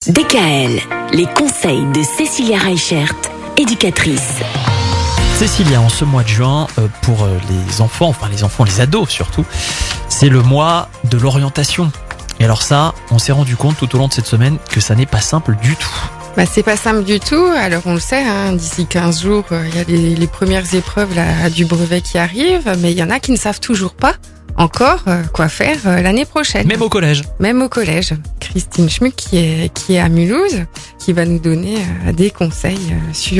DKL, les conseils de Cécilia Reichert, éducatrice. Cécilia, en ce mois de juin, pour les enfants, les ados surtout, c'est le mois de l'orientation. Et alors ça, on s'est rendu compte tout au long de cette semaine que ça n'est pas simple du tout. C'est pas simple du tout. Alors on le sait, d'ici 15 jours, il y a les premières épreuves du brevet qui arrivent, mais il y en a qui ne savent toujours pas encore quoi faire l'année prochaine. Même au collège. Même au collège. Christine Schmuck qui est à Mulhouse, qui va nous donner des conseils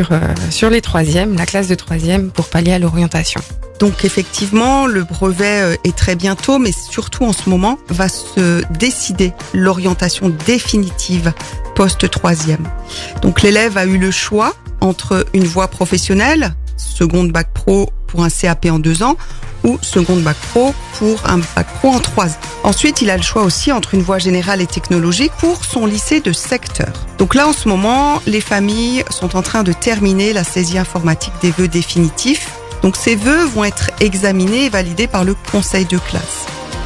sur les troisièmes, la classe de troisième, pour pallier à l'orientation. Donc effectivement, le brevet est très bientôt, mais surtout en ce moment, va se décider l'orientation définitive post-troisième. Donc l'élève a eu le choix entre une voie professionnelle, seconde bac pro pour un CAP en 2 ans, ou seconde bac pro pour un bac pro en 3 ans. Ensuite, il a le choix aussi entre une voie générale et technologique pour son lycée de secteur. Donc là, en ce moment, les familles sont en train de terminer la saisie informatique des vœux définitifs. Donc ces vœux vont être examinés et validés par le conseil de classe.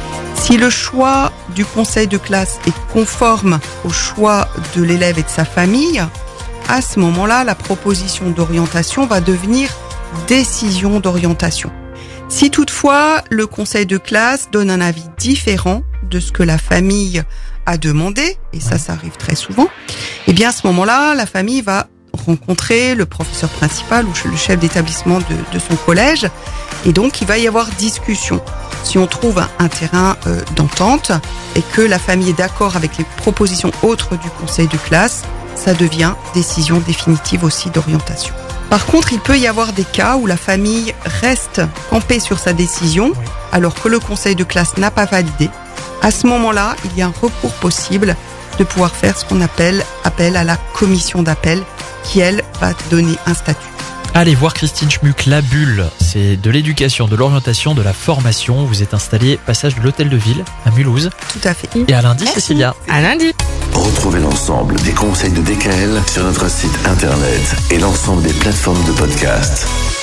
Si le choix du conseil de classe est conforme au choix de l'élève et de sa famille, à ce moment-là, la proposition d'orientation va devenir décision d'orientation. Si toutefois le conseil de classe donne un avis différent de ce que la famille a demandé, et ça arrive très souvent, eh bien à ce moment-là, la famille va rencontrer le professeur principal ou le chef d'établissement de son collège, et donc il va y avoir discussion. Si on trouve un terrain d'entente et que la famille est d'accord avec les propositions autres du conseil de classe, ça devient décision définitive aussi d'orientation. Par contre, il peut y avoir des cas où la famille reste campée sur sa décision alors que le conseil de classe n'a pas validé. À ce moment-là, il y a un recours possible de pouvoir faire ce qu'on appelle appel à la commission d'appel qui, elle, va donner un statut. Allez voir Christine Schmuck, la bulle, c'est de l'éducation, de l'orientation, de la formation. Vous êtes installé passage de l'Hôtel de Ville à Mulhouse. Tout à fait. Et à lundi, Cécilia. À lundi. Retrouvez l'ensemble des conseils de DKL sur notre site internet et l'ensemble des plateformes de podcast.